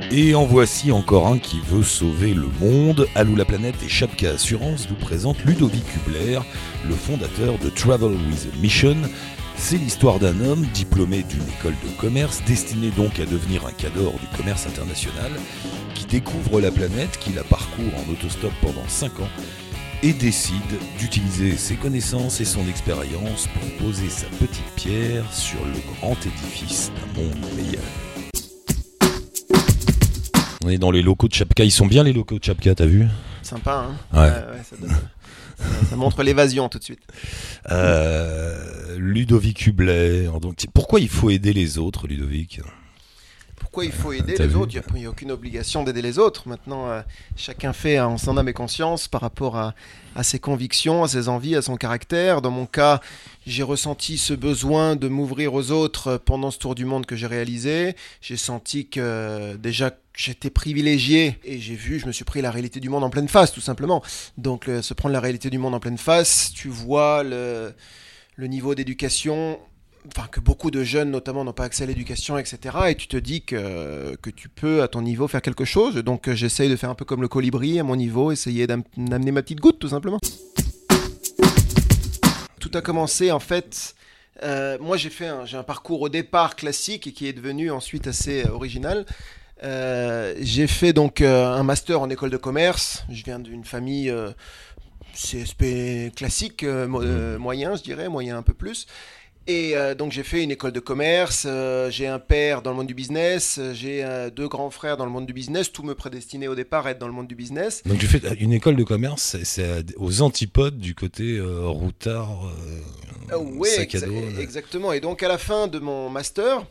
Et en voici encore un qui veut sauver le monde. Allo la planète et Chapka Assurance vous présente Ludovic Hubler, le fondateur de Travel with a Mission. C'est l'histoire d'un homme diplômé d'une école de commerce, destiné donc à devenir un cadre du commerce international, qui découvre la planète, qui la parcourt en autostop pendant 5 ans, et décide d'utiliser ses connaissances et son expérience pour poser sa petite pierre sur le grand édifice d'un monde meilleur. On est dans les locaux de Chapka. Ils sont bien les locaux de Chapka, t'as vu ? Sympa, hein ? Ouais. Ça montre l'évasion tout de suite. Ludovic Hubler. Donc, pourquoi il faut aider les autres, Ludovic ? Pourquoi il faut aider les autres ? Il n'y a aucune obligation d'aider les autres. Maintenant, chacun fait en son âme et conscience par rapport à ses convictions, à ses envies, à son caractère. Dans mon cas, j'ai ressenti ce besoin de m'ouvrir aux autres pendant ce tour du monde que j'ai réalisé. J'ai senti que déjà j'étais privilégié et je me suis pris la réalité du monde en pleine face, tout simplement. Donc, se prendre la réalité du monde en pleine face, tu vois le niveau d'éducation, que beaucoup de jeunes notamment n'ont pas accès à l'éducation, etc. Et tu te dis que tu peux à ton niveau faire quelque chose. Donc j'essaye de faire un peu comme le colibri à mon niveau, essayer d'amener ma petite goutte tout simplement. Tout a commencé en fait, moi j'ai un parcours au départ classique et qui est devenu ensuite assez original. J'ai fait donc un master en école de commerce. Je viens d'une famille CSP classique, moyen je dirais, moyen un peu plus. Et donc j'ai fait une école de commerce, j'ai un père dans le monde du business, j'ai 2 grands frères dans le monde du business, tout me prédestinait au départ à être dans le monde du business. Donc tu fais une école de commerce, c'est aux antipodes du côté routard, sac à dos. Exactement, et donc à la fin de mon master,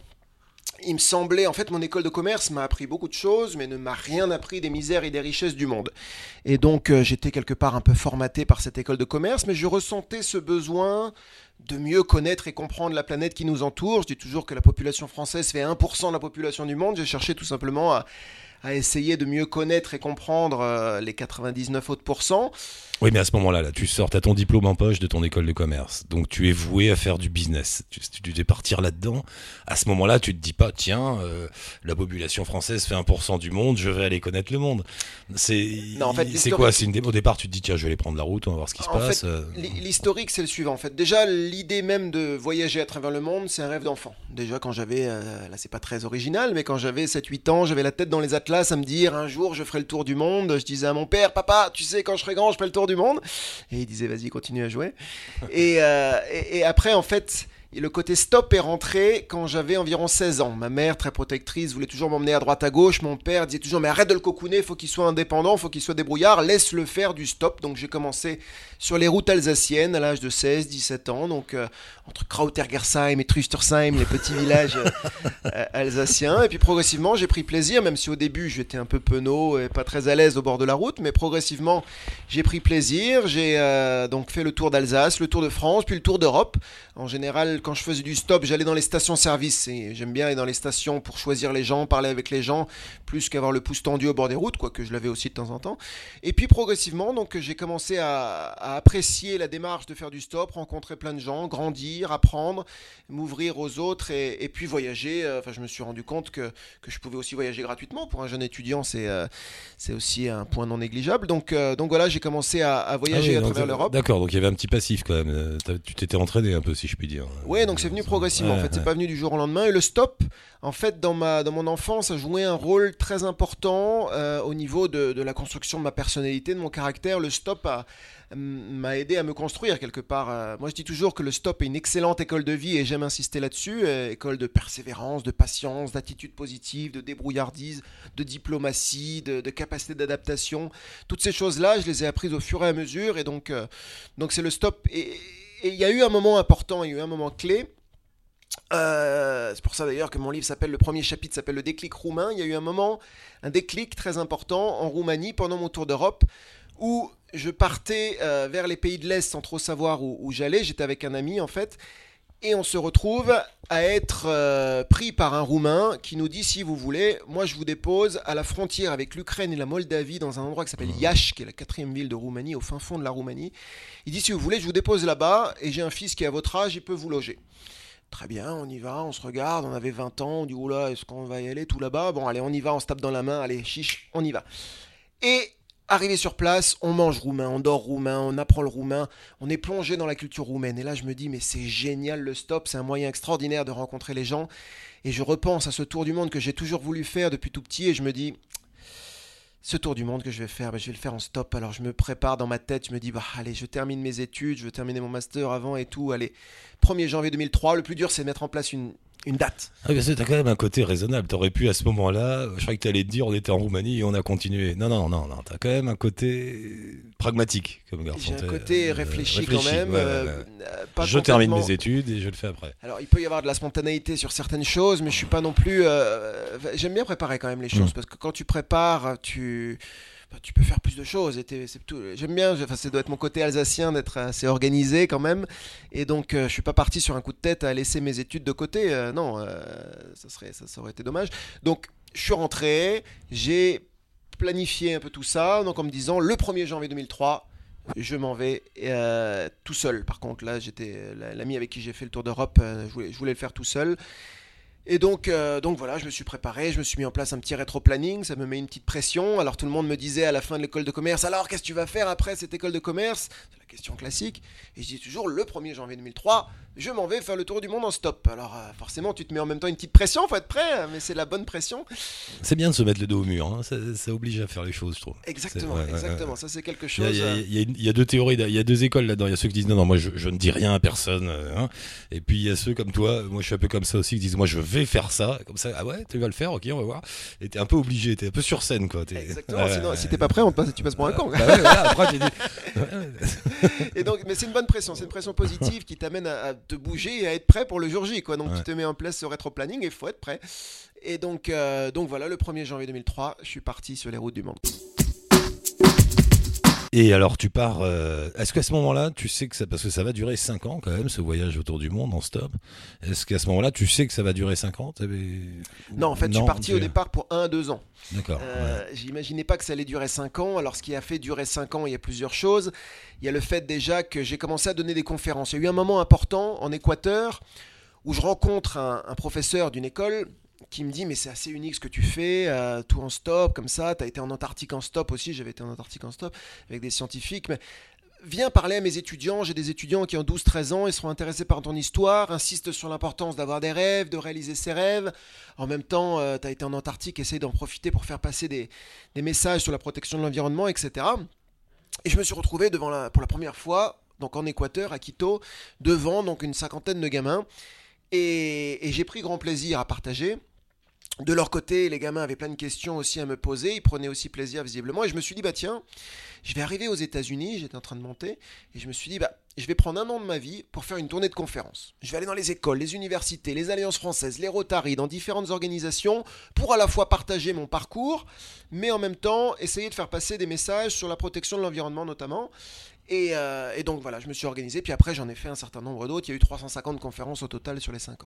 il me semblait, en fait mon école de commerce m'a appris beaucoup de choses, mais ne m'a rien appris des misères et des richesses du monde. Et donc j'étais quelque part un peu formaté par cette école de commerce, mais je ressentais ce besoin de mieux connaître et comprendre la planète qui nous entoure. Je dis toujours que la population française fait 1% de la population du monde. J'ai cherché tout simplement à essayer de mieux connaître et comprendre les 99 autres pourcents. Oui, mais à ce moment-là, tu sors, t'as ton diplôme en poche de ton école de commerce. Donc tu es voué à faire du business. Tu devais partir là-dedans. À ce moment-là, tu te dis pas, tiens, la population française fait 1% du monde, je vais aller connaître le monde. Non, en fait, c'est quoi ? Au départ, tu te dis, tiens, je vais aller prendre la route, on va voir ce qui se passe. L'historique, c'est le suivant. En fait, déjà, l'idée même de voyager à travers le monde, c'est un rêve d'enfant. Déjà, quand j'avais, là, c'est pas très original, mais quand j'avais 7-8 ans, j'avais la tête dans les atlas à me dire, un jour, je ferai le tour du monde. Je disais à mon père, papa, tu sais, quand je serai grand, je ferai le tour du monde. Et il disait, vas-y, continue à jouer. Et après, en fait, le côté stop est rentré quand j'avais environ 16 ans. Ma mère, très protectrice, voulait toujours m'emmener à droite à gauche. Mon père disait toujours, mais arrête de le cocooner, faut qu'il soit indépendant, faut qu'il soit débrouillard, laisse-le faire du stop. Donc j'ai commencé sur les routes alsaciennes à l'âge de 16-17 ans, donc entre Krautergersheim et Trüstersheim, les petits villages alsaciens. Et puis progressivement, j'ai pris plaisir, même si au début j'étais un peu penaud et pas très à l'aise au bord de la route, mais progressivement j'ai pris plaisir. J'ai donc fait le tour d'Alsace, le tour de France, puis le tour d'Europe. En général, quand je faisais du stop, j'allais dans les stations-service. Et j'aime bien aller dans les stations pour choisir les gens, parler avec les gens, plus qu'avoir le pouce tendu au bord des routes, quoique je l'avais aussi de temps en temps. Et puis progressivement, donc j'ai commencé à apprécier la démarche de faire du stop, rencontrer plein de gens, grandir, apprendre, m'ouvrir aux autres et puis voyager. Je me suis rendu compte que je pouvais aussi voyager gratuitement. Pour un jeune étudiant, c'est aussi un point non négligeable. Donc voilà, j'ai commencé à voyager à travers l'Europe. D'accord, donc il y avait un petit passif quand même. Tu t'étais entraîné un peu, si je puis dire. Oui, donc c'est venu progressivement. En fait, c'est pas venu du jour au lendemain. Et le stop, en fait, dans mon enfance, a joué un rôle très important au niveau de la construction de ma personnalité, de mon caractère. Le stop m'a aidé à me construire quelque part. Moi, je dis toujours que le stop est une excellente école de vie et j'aime insister là-dessus. École de persévérance, de patience, d'attitude positive, de débrouillardise, de diplomatie, de capacité d'adaptation. Toutes ces choses-là, je les ai apprises au fur et à mesure. Et donc c'est le stop. Et il y a eu un moment important, il y a eu un moment clé. C'est pour ça d'ailleurs que mon livre le premier chapitre s'appelle Le déclic roumain. Il y a eu un déclic très important en Roumanie pendant mon tour d'Europe où je partais vers les pays de l'Est sans trop savoir où j'allais. J'étais avec un ami en fait. Et on se retrouve à être pris par un Roumain qui nous dit, si vous voulez, moi je vous dépose à la frontière avec l'Ukraine et la Moldavie dans un endroit qui s'appelle Iași, qui est la 4e ville de Roumanie, au fin fond de la Roumanie. Il dit, si vous voulez, je vous dépose là-bas et j'ai un fils qui est à votre âge, il peut vous loger. Très bien, on y va, on se regarde, on avait 20 ans, on dit oula, est-ce qu'on va y aller tout là-bas? Bon, allez, on y va, on se tape dans la main, allez, chiche, on y va. Et arrivé sur place, on mange roumain, on dort roumain, on apprend le roumain, on est plongé dans la culture roumaine. Et là, je me dis, mais c'est génial le stop, c'est un moyen extraordinaire de rencontrer les gens. Et je repense à ce tour du monde que j'ai toujours voulu faire depuis tout petit et je me dis, ce tour du monde que je vais faire, je vais le faire en stop. Alors je me prépare dans ma tête, je me dis, allez, je termine mes études, je veux terminer mon master avant et tout. Allez, 1er janvier 2003, le plus dur c'est de mettre en place une date. Ah, bien sûr, t'as quand même un côté raisonnable. T'aurais pu à ce moment-là, je croyais que t'allais te dire, on était en Roumanie et on a continué. Non, t'as quand même un côté pragmatique comme garçon. J'ai un côté réfléchi quand même. Pas je termine mes études et je le fais après. Alors il peut y avoir de la spontanéité sur certaines choses, mais je suis pas non plus. J'aime bien préparer quand même les choses parce que quand tu prépares, tu peux faire plus de choses. C'est tout. J'aime bien, ça doit être mon côté alsacien d'être assez organisé quand même. Et donc, je suis pas parti sur un coup de tête à laisser mes études de côté. Non, ça aurait été dommage. Donc, je suis rentré, j'ai planifié un peu tout ça. Donc, en me disant, le 1er janvier 2003, je m'en vais tout seul. Par contre, là, j'étais l'ami avec qui j'ai fait le tour d'Europe. Je voulais le faire tout seul. Et donc voilà, je me suis préparé, je me suis mis en place un petit rétro-planning, ça me met une petite pression. Alors tout le monde me disait à la fin de l'école de commerce, alors qu'est-ce que tu vas faire après cette école de commerce? C'est la question classique. Et je dis toujours, le 1er janvier 2003, je m'en vais faire le tour du monde en stop. Alors forcément, tu te mets en même temps une petite pression, faut être prêt, mais c'est la bonne pression. C'est bien de se mettre le dos au mur, hein. Ça oblige à faire les choses, je trouve. Exactement, ça c'est quelque chose. Il y a deux théories, il y a deux écoles là-dedans. Il y a ceux qui disent non, moi je ne dis rien à personne. Hein. Et puis il y a ceux comme toi, moi je suis un peu comme ça aussi, qui disent moi je vais faire ça, comme ça, ah ouais, tu vas le faire, ok, on va voir. Et t'es un peu obligé, t'es un peu sur scène, quoi. Exactement, sinon si t'es pas prêt, tu passes pour un con. Après, tu dis... Et donc, mais c'est une bonne pression, c'est une pression positive qui t'amène à te bouger et à être prêt pour le jour J, quoi. Donc tu te mets en place ce rétro-planning et il faut être prêt. Et donc voilà, le 1er janvier 2003, je suis parti sur les routes du monde. Et alors tu pars, est-ce qu'à ce moment-là, tu sais que ça, parce que ça va durer 5 ans quand même, ce voyage autour du monde en stop, est-ce qu'à ce moment-là, tu sais que ça va durer 5 ans? Non, en fait, je suis parti au départ pour 1-2 ans. D'accord. J'imaginais pas que ça allait durer 5 ans. Alors ce qui a fait durer 5 ans, il y a plusieurs choses. Il y a le fait déjà que j'ai commencé à donner des conférences. Il y a eu un moment important en Équateur où je rencontre un professeur d'une école qui me dit mais c'est assez unique ce que tu fais, tout en stop comme ça, tu as été en Antarctique en stop aussi, j'avais été en Antarctique en stop avec des scientifiques, mais viens parler à mes étudiants, j'ai des étudiants qui ont 12-13 ans, ils seront intéressés par ton histoire, insiste sur l'importance d'avoir des rêves, de réaliser ses rêves, en même temps tu as été en Antarctique, essaye d'en profiter pour faire passer des messages sur la protection de l'environnement, etc. Et je me suis retrouvé pour la première fois, donc en Équateur, à Quito, devant donc une 50aine de gamins, et j'ai pris grand plaisir à partager. De leur côté, les gamins avaient plein de questions aussi à me poser, ils prenaient aussi plaisir visiblement, et je me suis dit, tiens, je vais arriver aux États-Unis, j'étais en train de monter, et je me suis dit, je vais prendre 1 an de ma vie pour faire une tournée de conférences. Je vais aller dans les écoles, les universités, les alliances françaises, les Rotary, dans différentes organisations, pour à la fois partager mon parcours, mais en même temps, essayer de faire passer des messages sur la protection de l'environnement notamment. Et donc voilà, je me suis organisé, puis après j'en ai fait un certain nombre d'autres, il y a eu 350 conférences au total sur les 5 ans.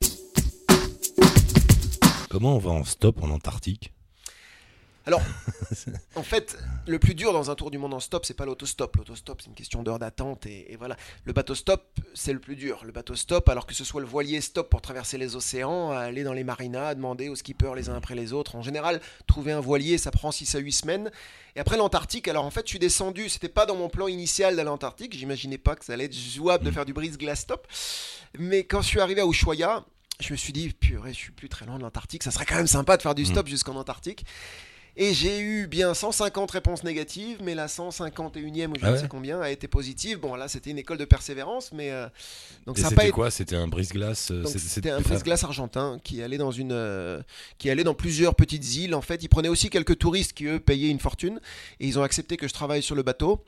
Comment on va en stop en Antarctique? Alors, en fait, le plus dur dans un tour du monde en stop, c'est pas l'autostop. L'autostop, c'est une question d'heure d'attente et voilà. Le bateau stop, c'est le plus dur. Le bateau stop, alors que ce soit le voilier stop pour traverser les océans, aller dans les marinas, demander aux skippers les uns après les autres. En général, trouver un voilier, ça prend 6 à 8 semaines. Et après l'Antarctique, alors en fait, je suis descendu. C'était pas dans mon plan initial d'aller à l'Antarctique. J'imaginais pas que ça allait être jouable de faire du brise-glace stop. Mais quand je suis arrivé à Ushuaia, je me suis dit, purée, je suis plus très loin de l'Antarctique. Ça serait quand même sympa de faire du stop jusqu'en Antarctique. Et j'ai eu bien 150 réponses négatives, mais la 151e ou je ne sais combien a été positive. Bon, là, c'était une école de persévérance, mais donc ça c'était quoi? C'était un brise-glace. C'était un brise-glace argentin qui allait dans plusieurs petites îles. En fait, ils prenaient aussi quelques touristes qui eux payaient une fortune, et ils ont accepté que je travaille sur le bateau.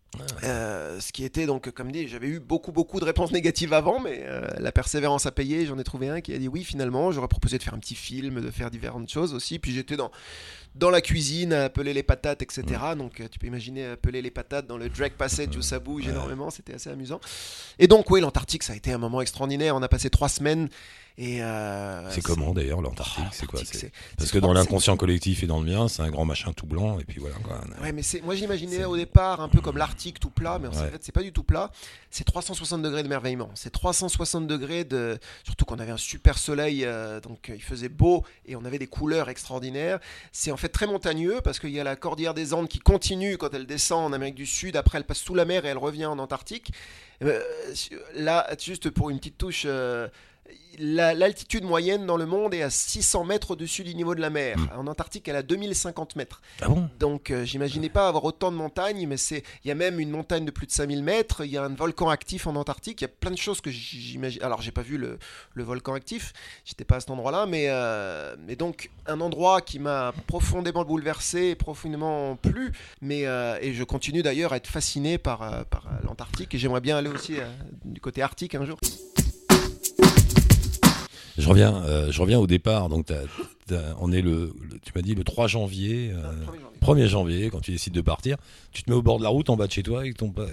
Ce qui était donc, comme dit, j'avais eu beaucoup de réponses négatives avant, mais la persévérance a payé. J'en ai trouvé un qui a dit oui finalement. J'aurais proposé de faire un petit film, de faire différentes choses aussi. Puis j'étais dans la cuisine à peler les patates, etc. Donc tu peux imaginer peler les patates dans le Drake Passage où ça bouge énormément. C'était assez amusant. Et donc oui, l'Antarctique, ça a été un moment extraordinaire. On a passé 3 semaines. Et c'est comment d'ailleurs l'Antarctique? C'est quoi? l'Antarctique, Parce que dans l'inconscient collectif et dans le mien, c'est un grand machin tout blanc et puis voilà quoi. Ouais, mais moi j'imaginais au départ un peu comme l'Arctique tout plat, mais en fait c'est pas du tout plat. C'est 360 degrés d'émerveillement. C'est 360 degrés surtout qu'on avait un super soleil, donc il faisait beau et on avait des couleurs extraordinaires. C'est en fait très montagneux parce qu'il y a la cordillère des Andes qui continue quand elle descend en Amérique du Sud. Après elle passe sous la mer et elle revient en Antarctique. Là, juste pour une petite touche. L'altitude moyenne dans le monde est à 600 mètres au-dessus du niveau de la mer. En Antarctique, elle est à 2050 mètres. Ah bon? Donc, j'imaginais pas avoir autant de montagnes, mais il y a même une montagne de plus de 5000 mètres. Il y a un volcan actif en Antarctique. Il y a plein de choses que j'imagine. Alors, j'ai pas vu le volcan actif. J'étais pas à cet endroit-là, mais donc un endroit qui m'a profondément bouleversé, et profondément plu. Et je continue d'ailleurs à être fasciné par l'Antarctique. Et j'aimerais bien aller aussi du côté arctique un jour. Je reviens au départ. Donc, on est tu m'as dit le 3 janvier, 1er janvier, quand tu décides de partir. Tu te mets au bord de la route en bas de chez toi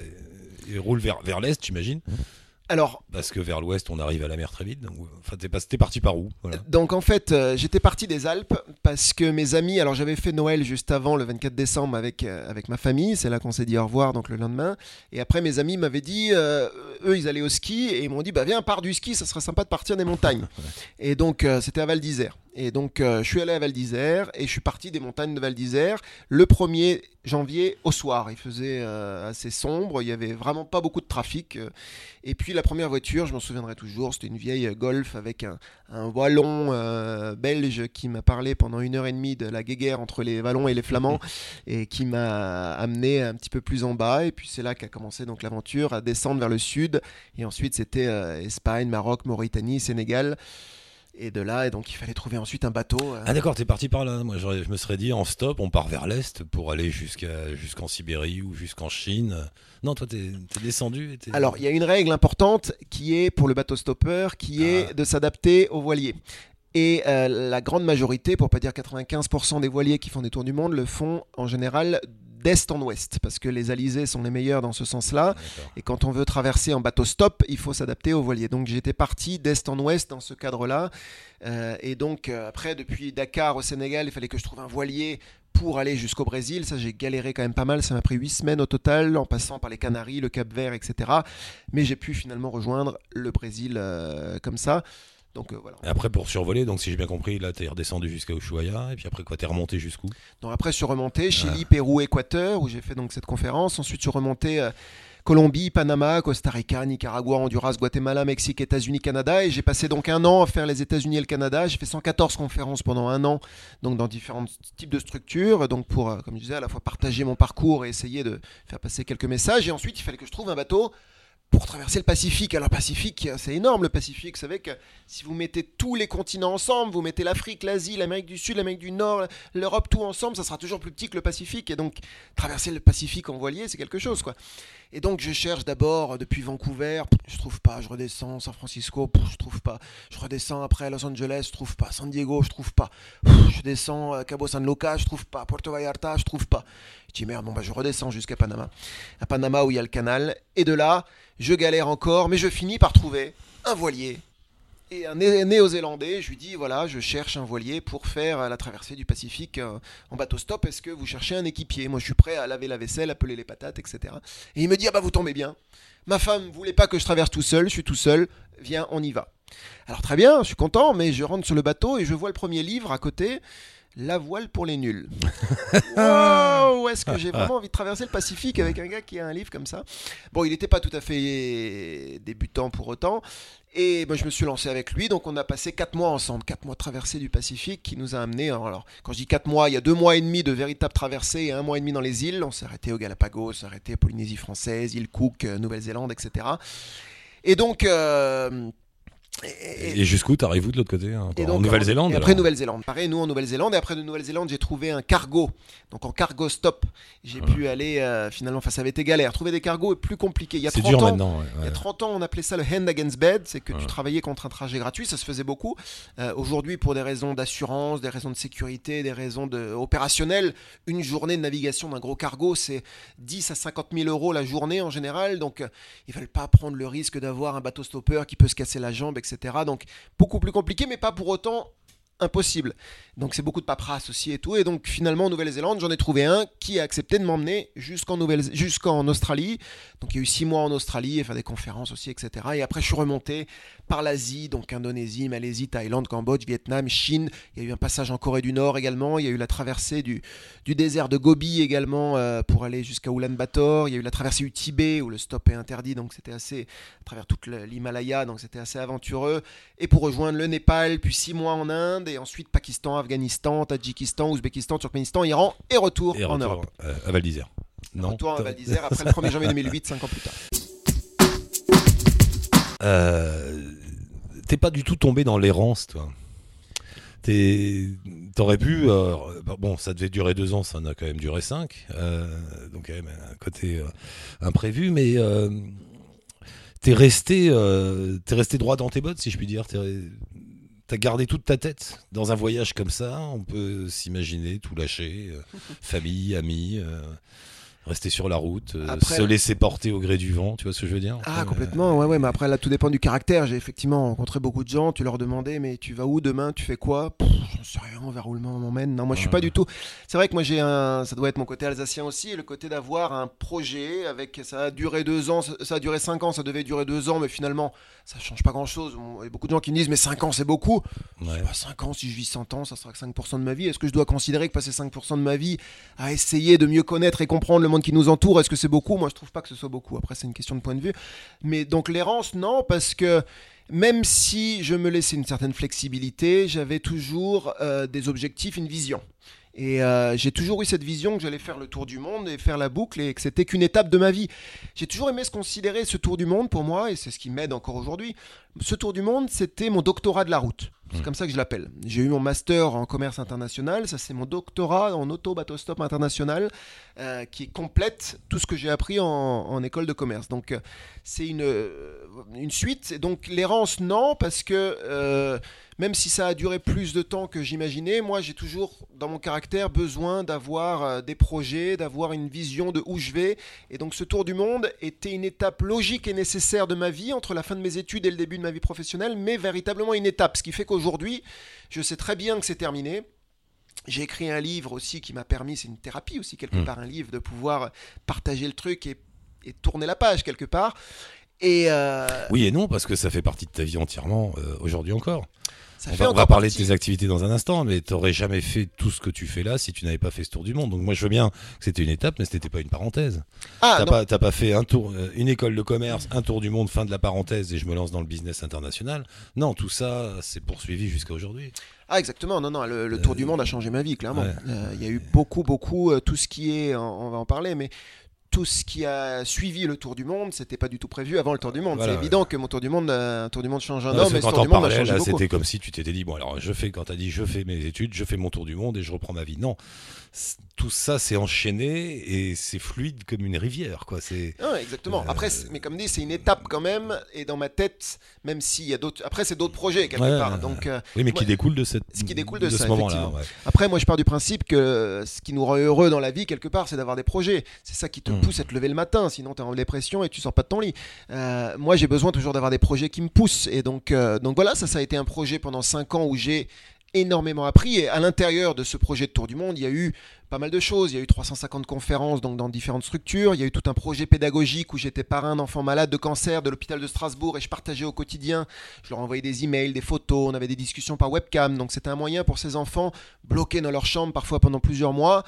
et roule vers l'est, j'imagine. Alors, parce que vers l'ouest, on arrive à la mer très vite. Donc, enfin, t'es parti par où? Voilà. Donc en fait, j'étais parti des Alpes parce que mes amis, alors j'avais fait Noël juste avant, le 24 décembre, avec ma famille. C'est là qu'on s'est dit au revoir, donc le lendemain. Et après, mes amis m'avaient dit, eux, ils allaient au ski et ils m'ont dit, bah viens, pars du ski, ça serait sympa de partir des montagnes. Et donc, c'était à Val d'Isère. Et donc, je suis allé à Val d'Isère et je suis parti des montagnes de Val d'Isère le 1er janvier au soir. Il faisait assez sombre, il n'y avait vraiment pas beaucoup de trafic. Et puis, la première voiture, je m'en souviendrai toujours, c'était une vieille Golf avec un wallon belge qui m'a parlé pendant 1h30 de la guéguerre entre les Wallons et les Flamands et qui m'a amené un petit peu plus en bas. Et puis, c'est là qu'a commencé donc l'aventure, à descendre vers le sud. Et ensuite, c'était Espagne, Maroc, Mauritanie, Sénégal. Et de là, et donc il fallait trouver ensuite un bateau. Ah d'accord, t'es parti par là. Moi, je me serais dit en stop, on part vers l'est pour aller jusqu'en Sibérie ou jusqu'en Chine. Non, toi, t'es descendu. Alors, il y a une règle importante qui est pour le bateau stopper, qui est de s'adapter aux voiliers. Et la grande majorité, pour pas dire 95% des voiliers qui font des tours du monde, le font en général d'est en ouest, parce que les alizés sont les meilleurs dans ce sens-là. D'accord. Et quand on veut traverser en bateau stop, il faut s'adapter aux voiliers. Donc j'étais parti d'est en ouest dans ce cadre-là. Et donc après, depuis Dakar au Sénégal, il fallait que je trouve un voilier pour aller jusqu'au Brésil. Ça, j'ai galéré quand même pas mal. Ça m'a pris 8 semaines au total, en passant par les Canaries, le Cap-Vert, etc. Mais j'ai pu finalement rejoindre le Brésil comme ça. Donc, voilà. Et après, pour survoler, donc si j'ai bien compris, là t'es redescendu jusqu'à Ushuaia, et puis après quoi, t'es remonté jusqu'où? Donc après, je suis remonté Chili, Pérou, Équateur, où j'ai fait donc cette conférence. Ensuite, je suis remonté Colombie, Panama, Costa Rica, Nicaragua, Honduras, Guatemala, Mexique, États-Unis, Canada. Et j'ai passé donc un an à faire les États-Unis et le Canada. J'ai fait 114 conférences pendant un an, donc dans différents types de structures, donc pour, comme je disais, à la fois partager mon parcours et essayer de faire passer quelques messages. Et ensuite, il fallait que je trouve un bateau pour traverser le Pacifique. Alors, le Pacifique, c'est énorme, le Pacifique. Vous savez que si vous mettez tous les continents ensemble, vous mettez l'Afrique, l'Asie, l'Amérique du Sud, l'Amérique du Nord, l'Europe, tout ensemble, ça sera toujours plus petit que le Pacifique. Et donc, traverser le Pacifique en voilier, c'est quelque chose, quoi. Et donc, je cherche d'abord depuis Vancouver, je trouve pas. Je redescends San Francisco, je trouve pas. Je redescends après Los Angeles, je trouve pas. San Diego, je trouve pas. Je descends Cabo San Lucas, je trouve pas. Puerto Vallarta, je trouve pas. Je dis merde, bon bah je redescends jusqu'à Panama. À Panama où il y a le canal. Et de là, je galère encore, mais je finis par trouver un voilier. Et un néo-zélandais, je lui dis voilà, je cherche un voilier pour faire la traversée du Pacifique en bateau stop. Est-ce que vous cherchez un équipier? Moi je suis prêt à laver la vaisselle, à peler les patates, etc. Et il me dit ah bah vous tombez bien. Ma femme voulait pas que je traverse tout seul, je suis tout seul, viens, on y va. Alors très bien, je suis content, mais je rentre sur le bateau et je vois le premier livre à côté. La voile pour les nuls. Wow, est-ce que j'ai vraiment envie de traverser le Pacifique avec un gars qui a un livre comme ça? Bon, il n'était pas tout à fait débutant pour autant. Et moi, je me suis lancé avec lui. Donc, on a passé 4 mois ensemble. 4 mois de traversée du Pacifique qui nous a amenés. Alors, quand je dis 4 mois, il y a 2 mois et demi de véritable traversée et 1 mois et demi dans les îles. On s'est arrêté au Galapagos, on s'est arrêté à Polynésie française, île Cook, Nouvelle-Zélande, etc. Et donc... Et jusqu'où t'arrives où de l'autre côté hein, et donc, en Nouvelle-Zélande? Et après Nouvelle-Zélande. Pareil, nous en Nouvelle-Zélande. Et après de Nouvelle-Zélande, j'ai trouvé un cargo. Donc en cargo stop. J'ai pu aller finalement. Enfin, ça avait été galère. Trouver des cargos est plus compliqué. Il y a 30 dur ans, maintenant. Ouais. Il y a 30 ans, on appelait ça le hand against bed. C'est que tu travaillais contre un trajet gratuit. Ça se faisait beaucoup. Aujourd'hui, pour des raisons d'assurance, des raisons de sécurité, des raisons opérationnelles, une journée de navigation d'un gros cargo, c'est 10 à 50 000 euros la journée en général. Donc, ils ne veulent pas prendre le risque d'avoir un bateau stopper qui peut se casser la jambe, etc. etc. Donc beaucoup plus compliqué, mais pas pour autant impossible. Donc c'est beaucoup de paperasse aussi et tout. Et donc finalement en Nouvelle-Zélande, j'en ai trouvé un qui a accepté de m'emmener jusqu'en Australie. Donc il y a eu 6 mois en Australie et faire des conférences aussi, etc. Et après je suis remonté par l'Asie, donc Indonésie, Malaisie, Thaïlande, Cambodge, Vietnam, Chine. Il y a eu un passage en Corée du Nord également. Il y a eu la traversée du désert de Gobi également pour aller jusqu'à Ulaanbaatar. Il y a eu la traversée du Tibet où le stop est interdit. Donc c'était assez à travers toute l'Himalaya. Donc c'était assez aventureux. Et pour rejoindre le Népal, puis 6 mois en Inde. Et ensuite Pakistan, Afghanistan, Tadjikistan, Ouzbékistan, Turkménistan, Iran et retour en Europe. À Val d'Isère. Non. Retour à Val d'Isère après le 1er janvier 2008, 5 ans plus tard. T'es pas du tout tombé dans l'errance, toi. T'aurais pu... bon, ça devait durer 2 ans, ça en a quand même duré 5. Donc quand même un côté imprévu, mais t'es resté droit dans tes bottes, si je puis dire. T'as gardé toute ta tête dans un voyage comme ça. On peut s'imaginer tout lâcher, famille, amis, rester sur la route, après, se laisser porter au gré du vent, tu vois ce que je veux dire? Ah, complètement, ouais, mais après là tout dépend du caractère. J'ai effectivement rencontré beaucoup de gens, tu leur demandais mais tu vas où demain, tu fais quoi? J'en sais rien, vers où le vent m'emmène. Non, moi je suis pas du tout. C'est vrai que moi ça doit être mon côté alsacien aussi, le côté d'avoir un projet ça a duré 2 ans, ça a duré 5 ans, ça devait durer 2 ans, mais finalement ça change pas grand chose. Il y a beaucoup de gens qui me disent mais 5 ans c'est beaucoup. Ouais. 5 ans, si je vis 100 ans, ça sera que 5% de ma vie. Est-ce que je dois considérer que passer 5% de ma vie à essayer de mieux connaître et comprendre le monde qui nous entoure, est-ce que c'est beaucoup? Moi je trouve pas que ce soit beaucoup. Après c'est une question de point de vue. Mais donc l'errance, non, parce que même si je me laissais une certaine flexibilité, j'avais toujours des objectifs, une vision. Et j'ai toujours eu cette vision que j'allais faire le tour du monde et faire la boucle et que c'était qu'une étape de ma vie. J'ai toujours aimé se considérer ce tour du monde pour moi, et c'est ce qui m'aide encore aujourd'hui. Ce tour du monde, c'était mon doctorat de la route. C'est comme ça que je l'appelle. J'ai eu mon master en commerce international, ça c'est mon doctorat en auto-bateau-stop international qui complète tout ce que j'ai appris en école de commerce. Donc c'est une suite. Et donc l'errance, non, parce que même si ça a duré plus de temps que j'imaginais, moi j'ai toujours dans mon caractère besoin d'avoir des projets, d'avoir une vision de où je vais. Et donc ce tour du monde était une étape logique et nécessaire de ma vie entre la fin de mes études et le début de ma vie professionnelle, mais véritablement une étape. Ce qui fait qu'aujourd'hui, je sais très bien que c'est terminé. J'ai écrit un livre aussi qui m'a permis, c'est une thérapie aussi quelque part, un livre, de pouvoir partager le truc et tourner la page quelque part. Oui et non, parce que ça fait partie de ta vie entièrement aujourd'hui encore. On va parler de tes activités dans un instant, mais tu n'aurais jamais fait tout ce que tu fais là si tu n'avais pas fait ce tour du monde. Donc moi je veux bien que c'était une étape, mais ce n'était pas une parenthèse. T'as pas fait une école de commerce, un tour du monde, fin de la parenthèse, et je me lance dans le business international. Non, tout ça s'est poursuivi jusqu'à aujourd'hui. Ah exactement, non, le tour du monde a changé ma vie, clairement. Il y a eu beaucoup, tout ce qui est, on va en parler, mais tout ce qui a suivi le tour du monde, c'était pas du tout prévu avant le tour du monde. Voilà, c'est évident que mon tour du monde, un tour du monde change un homme, mais ce tour du monde a changé beaucoup. C'était comme si tu t'étais dit, bon alors quand t'as dit je fais mes études, je fais mon tour du monde et je reprends ma vie. Non, tout ça s'est enchaîné et c'est fluide comme une rivière, quoi. Non, exactement. Après, mais comme dit, c'est une étape quand même, et dans ma tête, même s'il y a d'autres. Après, c'est d'autres projets quelque part. Donc, oui, mais qui découle de ce moment-là. Ouais. Après, moi, je pars du principe que ce qui nous rend heureux dans la vie quelque part, c'est d'avoir des projets. C'est ça qui te pousse à te lever le matin. Sinon, t'es en dépression et tu sors pas de ton lit. Moi, j'ai besoin toujours d'avoir des projets qui me poussent. Et donc voilà, ça a été un projet pendant 5 ans où j'ai énormément appris, et à l'intérieur de ce projet de tour du monde, il y a eu pas mal de choses. Il y a eu 350 conférences donc dans différentes structures. Il y a eu tout un projet pédagogique où j'étais parrain d'enfants malades de cancer de l'hôpital de Strasbourg et je partageais au quotidien. Je leur envoyais des emails, des photos, on avait des discussions par webcam. Donc c'était un moyen pour ces enfants bloqués dans leur chambre parfois pendant plusieurs mois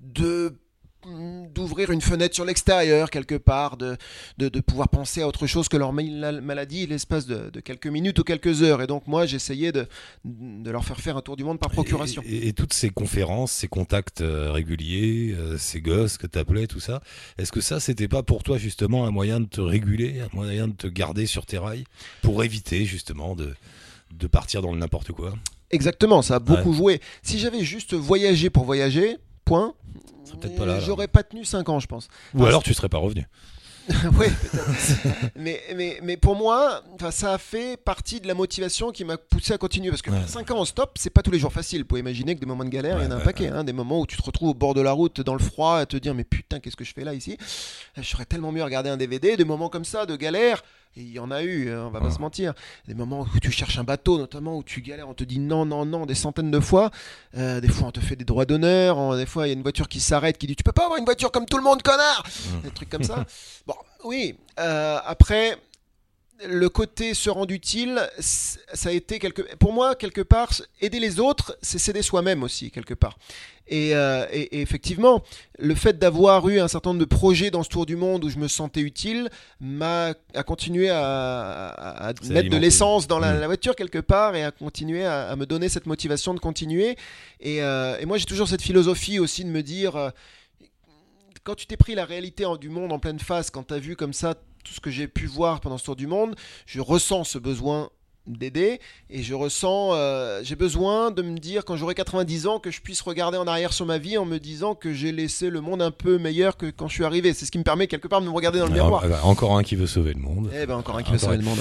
d'ouvrir une fenêtre sur l'extérieur quelque part, de pouvoir penser à autre chose que leur maladie l'espace de quelques minutes ou quelques heures. Et donc moi j'essayais de leur faire un tour du monde par procuration. Et toutes ces conférences, ces contacts réguliers, ces gosses que t'appelais, tout ça, est-ce que ça c'était pas pour toi justement un moyen de te réguler, un moyen de te garder sur tes rails pour éviter justement de partir dans le n'importe quoi? Exactement, ça a beaucoup joué. Si j'avais juste voyagé pour voyager, point, pas là, j'aurais pas tenu 5 ans, je pense. Ou alors tu serais pas revenu. Oui, peut-être. mais pour moi, ça a fait partie de la motivation qui m'a poussé à continuer. Parce que 5 ans en stop, c'est pas tous les jours facile. Vous pouvez imaginer que des moments de galère, il y en a un paquet. Des moments où tu te retrouves au bord de la route, dans le froid, à te dire mais putain, qu'est-ce que je fais là ici? Je serais tellement mieux à regarder un DVD. Des moments comme ça, de galère, Et il y en a eu, on va pas se mentir. Des moments où tu cherches un bateau, notamment où tu galères, on te dit non, non, non, des centaines de fois. Des fois, on te fait des droits d'honneur. Des fois, il y a une voiture qui s'arrête, qui dit tu peux pas avoir une voiture comme tout le monde, connard. Des trucs comme ça. Bon, oui. Après, le côté se rendre utile, ça a été pour moi, quelque part, aider les autres, c'est s'aider soi-même aussi, quelque part. Et effectivement, le fait d'avoir eu un certain nombre de projets dans ce tour du monde où je me sentais utile a continué à mettre de l'essence dans la voiture quelque part et à continuer à me donner cette motivation de continuer. Et moi, j'ai toujours cette philosophie aussi de me dire, quand tu t'es pris la réalité du monde en pleine face, quand tu as vu comme ça tout ce que j'ai pu voir pendant ce tour du monde, je ressens ce besoin d'aider et j'ai besoin de me dire quand j'aurai 90 ans que je puisse regarder en arrière sur ma vie en me disant que j'ai laissé le monde un peu meilleur que quand je suis arrivé. C'est ce qui me permet quelque part de me regarder dans le miroir. Encore un qui veut sauver le monde. Encore un qui veut sauver le monde.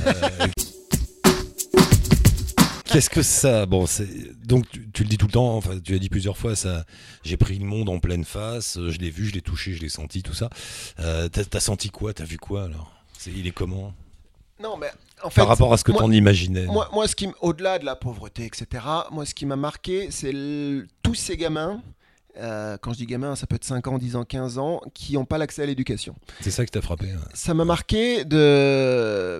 Qu'est-ce que ça... Bon, donc tu le dis tout le temps, enfin tu l'as dit plusieurs fois, ça. J'ai pris le monde en pleine face, je l'ai vu, je l'ai touché, je l'ai senti, tout ça. T'as senti quoi? T'as vu quoi alors? Il est comment? Non, mais en fait, par rapport à ce que t'en imaginais. Moi, au-delà de la pauvreté, etc., moi, ce qui m'a marqué, c'est tous ces gamins, quand je dis gamins, ça peut être 5 ans, 10 ans, 15 ans, qui n'ont pas l'accès à l'éducation. C'est ça qui t'a frappé? Ça m'a marqué de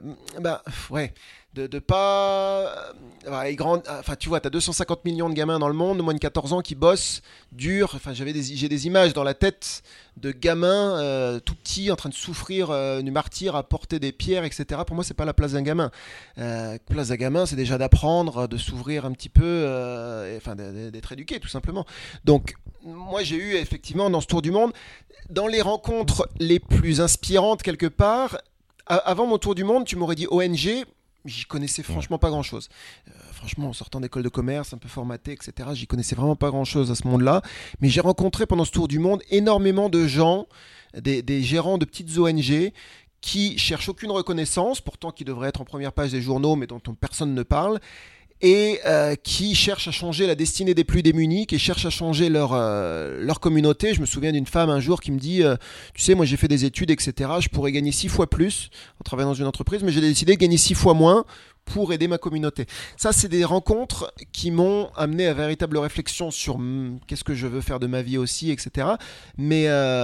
pas... Enfin, tu vois, tu as 250 millions de gamins dans le monde, moins de 14 ans, qui bossent dur. Enfin, j'ai des images dans la tête de gamins tout petits en train de souffrir du martyre à porter des pierres, etc. Pour moi, c'est pas la place d'un gamin. Place d'un gamin, c'est déjà d'apprendre, de s'ouvrir un petit peu, d'être éduqué, tout simplement. Donc, moi, j'ai eu effectivement, dans ce tour du monde, dans les rencontres les plus inspirantes, quelque part, avant mon tour du monde, tu m'aurais dit ONG... J'y connaissais franchement pas grand-chose. Franchement, en sortant d'école de commerce, un peu formaté, etc., j'y connaissais vraiment pas grand-chose à ce monde-là. Mais j'ai rencontré pendant ce tour du monde énormément de gens, des gérants de petites ONG qui cherchent aucune reconnaissance, pourtant qui devraient être en première page des journaux, mais dont personne ne parle, et qui cherchent à changer la destinée des plus démunis, qui cherchent à changer leur communauté. Je me souviens d'une femme un jour qui me dit tu sais, moi j'ai fait des études, etc., je pourrais gagner 6 fois plus en travaillant dans une entreprise, mais j'ai décidé de gagner 6 fois moins pour aider ma communauté. Ça, c'est des rencontres qui m'ont amené à véritable réflexion sur qu'est-ce que je veux faire de ma vie aussi, etc. Mais,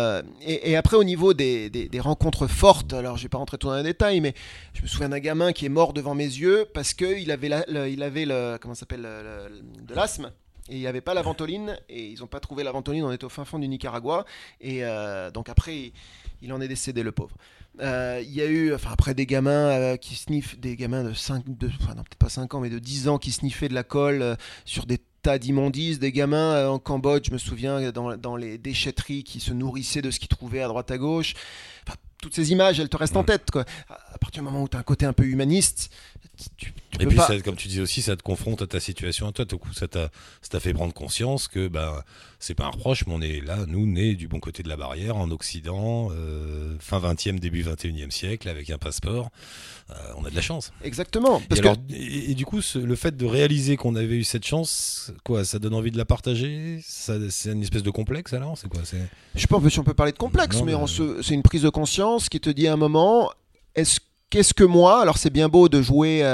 et après, au niveau des rencontres fortes, alors je ne vais pas rentrer tout dans les détails, mais je me souviens d'un gamin qui est mort devant mes yeux parce qu'il avait, comment ça s'appelle, de l'asthme. Et il n'y avait pas la ventoline, et ils n'ont pas trouvé la ventoline, on était au fin fond du Nicaragua, et donc après, il en est décédé, le pauvre. Il y a eu, après des gamins qui sniffent, des gamins de 5, peut-être pas 5 ans, mais de 10 ans qui sniffaient de la colle sur des tas d'immondices, des gamins en Cambodge, je me souviens, dans les déchetteries qui se nourrissaient de ce qu'ils trouvaient à droite à gauche. Enfin, toutes ces images, elles te restent en tête, quoi. À partir du moment où tu as un côté un peu humaniste, tu et puis, ça, comme tu disais aussi, ça te confronte à ta situation à toi. Tout coup, ça t'a fait prendre conscience que c'est pas un reproche, mais on est là, nous, nés du bon côté de la barrière, en Occident, fin 20e, début 21e siècle, avec un passeport. On a de la chance. Exactement. Et du coup, le fait de réaliser qu'on avait eu cette chance, quoi, ça donne envie de la partager? C'est une espèce de complexe, alors? C'est quoi? Je sais pas si on peut parler de complexe, mais c'est une prise de conscience qui te dit à un moment, qu'est-ce que moi, alors c'est bien beau de jouer...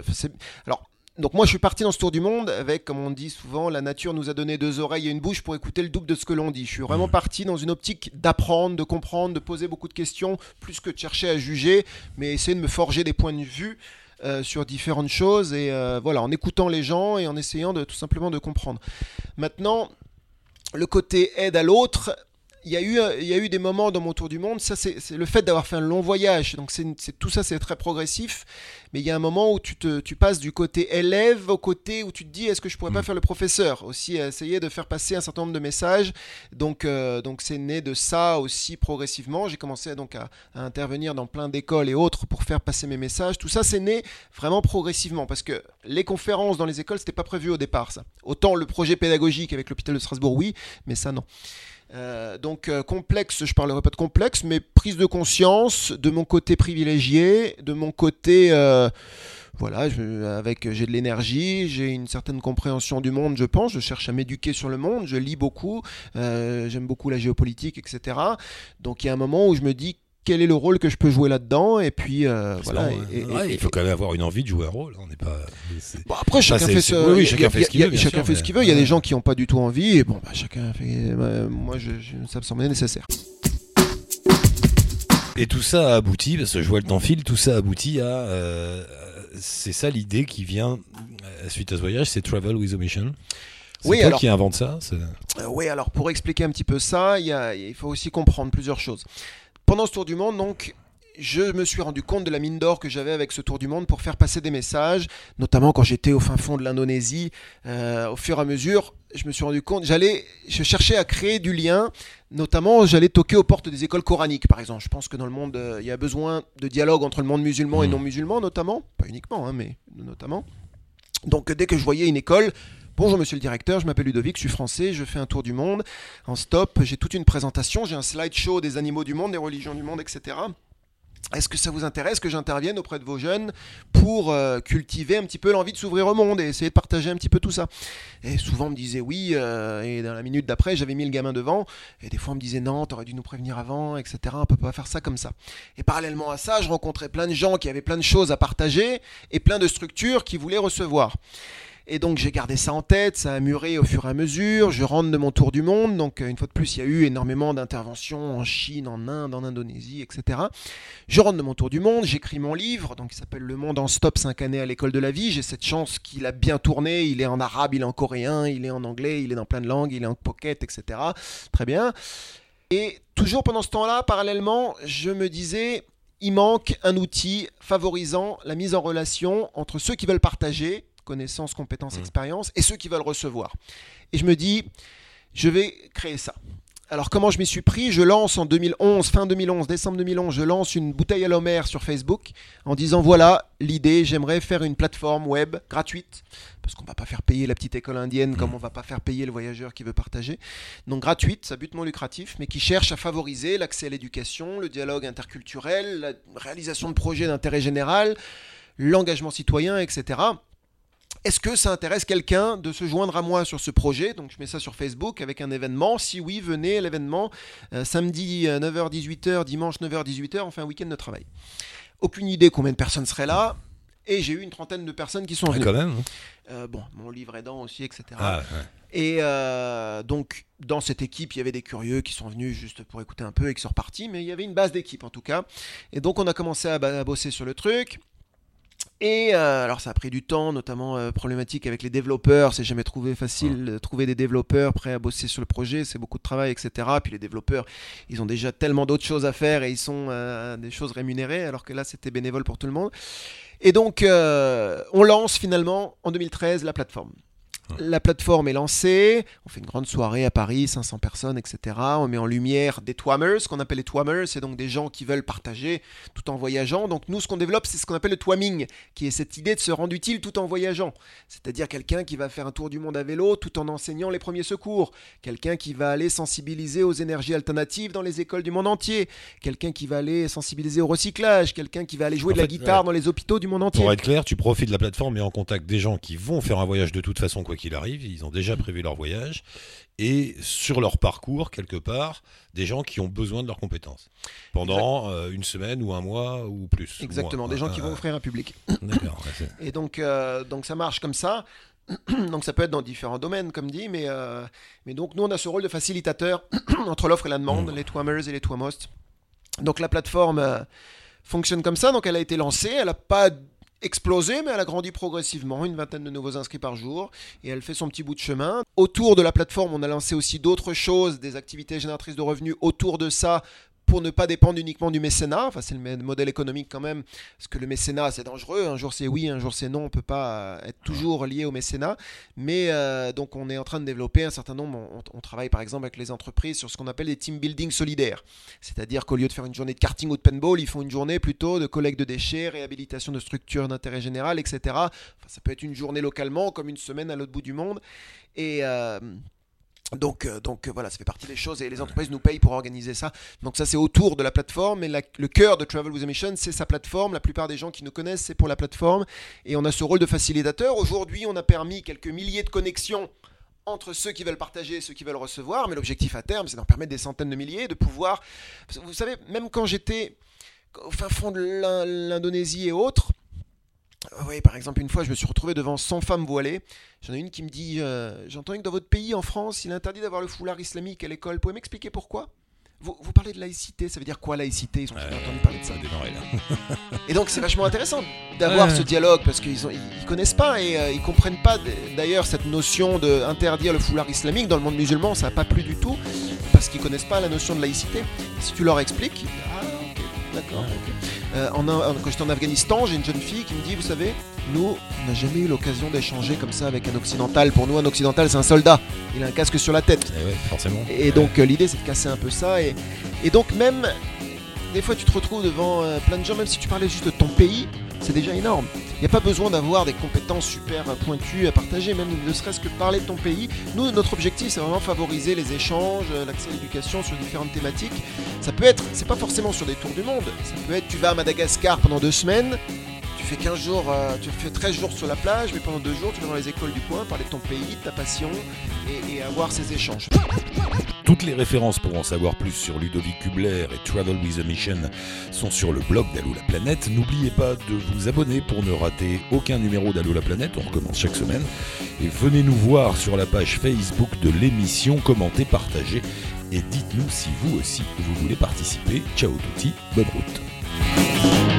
Donc moi je suis parti dans ce tour du monde avec, comme on dit souvent, la nature nous a donné 2 oreilles et une bouche pour écouter le double de ce que l'on dit. Je suis vraiment parti dans une optique d'apprendre, de comprendre, de poser beaucoup de questions, plus que de chercher à juger, mais essayer de me forger des points de vue sur différentes choses, et en écoutant les gens et en essayant tout simplement de comprendre. Maintenant, le côté aide à l'autre... Il y a eu des moments dans mon tour du monde, ça c'est le fait d'avoir fait un long voyage, donc tout ça c'est très progressif, mais il y a un moment où tu passes du côté élève au côté où tu te dis est-ce que je pourrais pas faire le professeur, aussi essayer de faire passer un certain nombre de messages, donc c'est né de ça aussi progressivement. J'ai commencé donc à intervenir dans plein d'écoles et autres pour faire passer mes messages. Tout ça c'est né vraiment progressivement, parce que les conférences dans les écoles c'était pas prévu au départ, ça. Autant le projet pédagogique avec l'hôpital de Strasbourg oui, mais ça non. Complexe, je parlerai pas de complexe, mais prise de conscience de mon côté privilégié, de mon côté j'ai de l'énergie, j'ai une certaine compréhension du monde, je pense, je cherche à m'éduquer sur le monde, je lis beaucoup, j'aime beaucoup la géopolitique, etc. Donc il y a un moment où je me dis quel est le rôle que je peux jouer là-dedans, et puis voilà. Il faut quand même avoir une envie de jouer un rôle. On n'est pas. Bon, après, chacun fait chacun fait ce qu'il veut. Chacun fait ce qu'il veut. Il y a des gens qui n'ont pas du tout envie, et bon, chacun fait. Moi, ça me semblait nécessaire. Et tout ça a abouti, parce que je vois le temps file, tout ça aboutit à. C'est ça l'idée qui vient suite à ce voyage, c'est Travel with a Mission. C'est toi qui invente ça oui, alors pour expliquer un petit peu ça, il faut aussi comprendre plusieurs choses. Pendant ce tour du monde, donc, je me suis rendu compte de la mine d'or que j'avais avec ce tour du monde pour faire passer des messages, notamment quand j'étais au fin fond de l'Indonésie. Au fur et à mesure, je me suis rendu compte, je cherchais à créer du lien, notamment j'allais toquer aux portes des écoles coraniques, par exemple. Je pense que dans le monde, il y a besoin de dialogue entre le monde musulman et non musulman, notamment, pas uniquement, mais notamment. Donc dès que je voyais une école, bonjour monsieur le directeur, je m'appelle Ludovic, je suis français, je fais un tour du monde en stop, j'ai toute une présentation, j'ai un slideshow des animaux du monde, des religions du monde, etc. Est-ce que ça vous intéresse que j'intervienne auprès de vos jeunes pour cultiver un petit peu l'envie de s'ouvrir au monde et essayer de partager un petit peu tout ça? Et souvent on me disait oui, et dans la minute d'après j'avais mis le gamin devant, et des fois on me disait non, t'aurais dû nous prévenir avant, etc. On peut pas faire ça comme ça. Et parallèlement à ça, je rencontrais plein de gens qui avaient plein de choses à partager et plein de structures qui voulaient recevoir. Et donc j'ai gardé ça en tête, ça a mûri au fur et à mesure, je rentre de mon tour du monde, donc une fois de plus il y a eu énormément d'interventions en Chine, en Inde, en Indonésie, etc. Je rentre de mon tour du monde, j'écris mon livre, donc il s'appelle Le Monde en Stop, 5 années à l'école de la vie, j'ai cette chance qu'il a bien tourné, il est en arabe, il est en coréen, il est en anglais, il est dans plein de langues, il est en pocket, etc. Très bien. Et toujours pendant ce temps-là, parallèlement, je me disais, il manque un outil favorisant la mise en relation entre ceux qui veulent partager, connaissances, compétences, expériences, et ceux qui veulent recevoir. Et je me dis, je vais créer ça. Alors comment je m'y suis pris? Je lance en 2011, fin 2011, décembre 2011, je lance une bouteille à l'homère sur Facebook en disant voilà l'idée, j'aimerais faire une plateforme web gratuite, parce qu'on ne va pas faire payer la petite école indienne comme on ne va pas faire payer le voyageur qui veut partager. Donc gratuite, ça but non lucratif, mais qui cherche à favoriser l'accès à l'éducation, le dialogue interculturel, la réalisation de projets d'intérêt général, l'engagement citoyen, etc. Est-ce que ça intéresse quelqu'un de se joindre à moi sur ce projet? Donc je mets ça sur Facebook avec un événement. Si oui, venez à l'événement samedi 9h-18h, dimanche 9h-18h, on fait un week-end de travail. Aucune idée combien de personnes seraient là. Et j'ai eu une trentaine de personnes qui sont venues. Quand même. Bon, mon livre aidant aussi, etc. Ah, ouais. Et donc, dans cette équipe, il y avait des curieux qui sont venus juste pour écouter un peu et qui sont repartis. Mais il y avait une base d'équipe en tout cas. Et donc, on a commencé à bosser sur le truc. Et alors ça a pris du temps, notamment problématique avec les développeurs, c'est jamais facile de trouver des développeurs prêts à bosser sur le projet, c'est beaucoup de travail, etc. Puis les développeurs, ils ont déjà tellement d'autres choses à faire et ils sont des choses rémunérées, alors que là c'était bénévole pour tout le monde. Et donc on lance finalement en 2013 la plateforme. La plateforme est lancée, on fait une grande soirée à Paris, 500 personnes, etc. On met en lumière des twammers, ce qu'on appelle les twammers, c'est donc des gens qui veulent partager tout en voyageant. Donc nous, ce qu'on développe, c'est ce qu'on appelle le twamming, qui est cette idée de se rendre utile tout en voyageant. C'est-à-dire quelqu'un qui va faire un tour du monde à vélo tout en enseignant les premiers secours, quelqu'un qui va aller sensibiliser aux énergies alternatives dans les écoles du monde entier, quelqu'un qui va aller sensibiliser au recyclage, quelqu'un qui va aller jouer de la guitare dans les hôpitaux du monde entier. Pour être clair, tu profites de la plateforme et en contact des gens qui vont faire un voyage de toute façon, quoi qu'il arrive, ils ont déjà prévu leur voyage, et sur leur parcours, quelque part, des gens qui ont besoin de leurs compétences, pendant une semaine ou un mois ou plus. Exactement, des gens qui vont offrir un public. D'accord. Et donc ça marche comme ça. Donc ça peut être dans différents domaines, comme dit, mais donc nous on a ce rôle de facilitateur entre l'offre et la demande, les twammers et les twamost. Donc la plateforme fonctionne comme ça, donc elle a été lancée, elle n'a pas explosé, mais elle a grandi progressivement, une vingtaine de nouveaux inscrits par jour, et elle fait son petit bout de chemin. Autour de la plateforme, on a lancé aussi d'autres choses, des activités génératrices de revenus autour de ça, pour ne pas dépendre uniquement du mécénat. Enfin, c'est le modèle économique quand même, parce que le mécénat, c'est dangereux. Un jour, c'est oui, un jour, c'est non. On ne peut pas être toujours lié au mécénat. Mais donc, on est en train de développer un certain nombre. On travaille, par exemple, avec les entreprises sur ce qu'on appelle des team building solidaires. C'est-à-dire qu'au lieu de faire une journée de karting ou de paintball, ils font une journée plutôt de collecte de déchets, réhabilitation de structures d'intérêt général, etc. Enfin, ça peut être une journée localement, comme une semaine à l'autre bout du monde. Et... Donc voilà, ça fait partie des choses et les entreprises nous payent pour organiser ça. Donc ça c'est autour de la plateforme, mais le cœur de Travel with a Mission, c'est sa plateforme. La plupart des gens qui nous connaissent, c'est pour la plateforme et on a ce rôle de facilitateur. Aujourd'hui, on a permis quelques milliers de connexions entre ceux qui veulent partager et ceux qui veulent recevoir, mais l'objectif à terme, c'est d'en permettre des centaines de milliers, de pouvoir... Vous savez, même quand j'étais au fin fond de l'Indonésie et autres, oui, par exemple, une fois, je me suis retrouvé devant 100 femmes voilées. J'en ai une qui me dit j'ai entendu que dans votre pays, en France, il est interdit d'avoir le foulard islamique à l'école. Pouvez m'expliquer pourquoi ? Vous parlez de laïcité, ça veut dire quoi laïcité ? Ils ont jamais entendu parler de ça. Et donc c'est vachement intéressant d'avoir ce dialogue parce qu'ils connaissent pas et ils comprennent pas d'ailleurs cette notion d'interdire le foulard islamique dans le monde musulman, ça n'a pas plu du tout parce qu'ils connaissent pas la notion de laïcité. Et si tu leur expliques, ils disent ah ok, d'accord. Okay. Quand j'étais en Afghanistan, j'ai une jeune fille qui me dit vous savez, nous on n'a jamais eu l'occasion d'échanger comme ça avec un occidental. Pour nous un occidental c'est un soldat, il a un casque sur la tête. Et ouais, forcément. Et donc l'idée c'est de casser un peu ça et donc même des fois tu te retrouves devant plein de gens, même si tu parlais juste de ton pays, c'est déjà énorme. Il n'y a pas besoin d'avoir des compétences super pointues à partager, même ne serait-ce que parler de ton pays. Nous, notre objectif, c'est vraiment favoriser les échanges, l'accès à l'éducation sur différentes thématiques. Ça peut être, c'est pas forcément sur des tours du monde, ça peut être, tu vas à Madagascar pendant 2 semaines, tu fais 15 jours, tu fais 13 jours sur la plage, mais pendant 2 jours, tu vas dans les écoles du coin, parler de ton pays, de ta passion, et avoir ces échanges. Toutes les références pour en savoir plus sur Ludovic Kubler et Travel with a Mission sont sur le blog d'Allô la Planète. N'oubliez pas de vous abonner pour ne rater aucun numéro d'Allô la Planète, on recommence chaque semaine. Et venez nous voir sur la page Facebook de l'émission, commentez, partagez et dites-nous si vous aussi vous voulez participer. Ciao tutti, bonne route.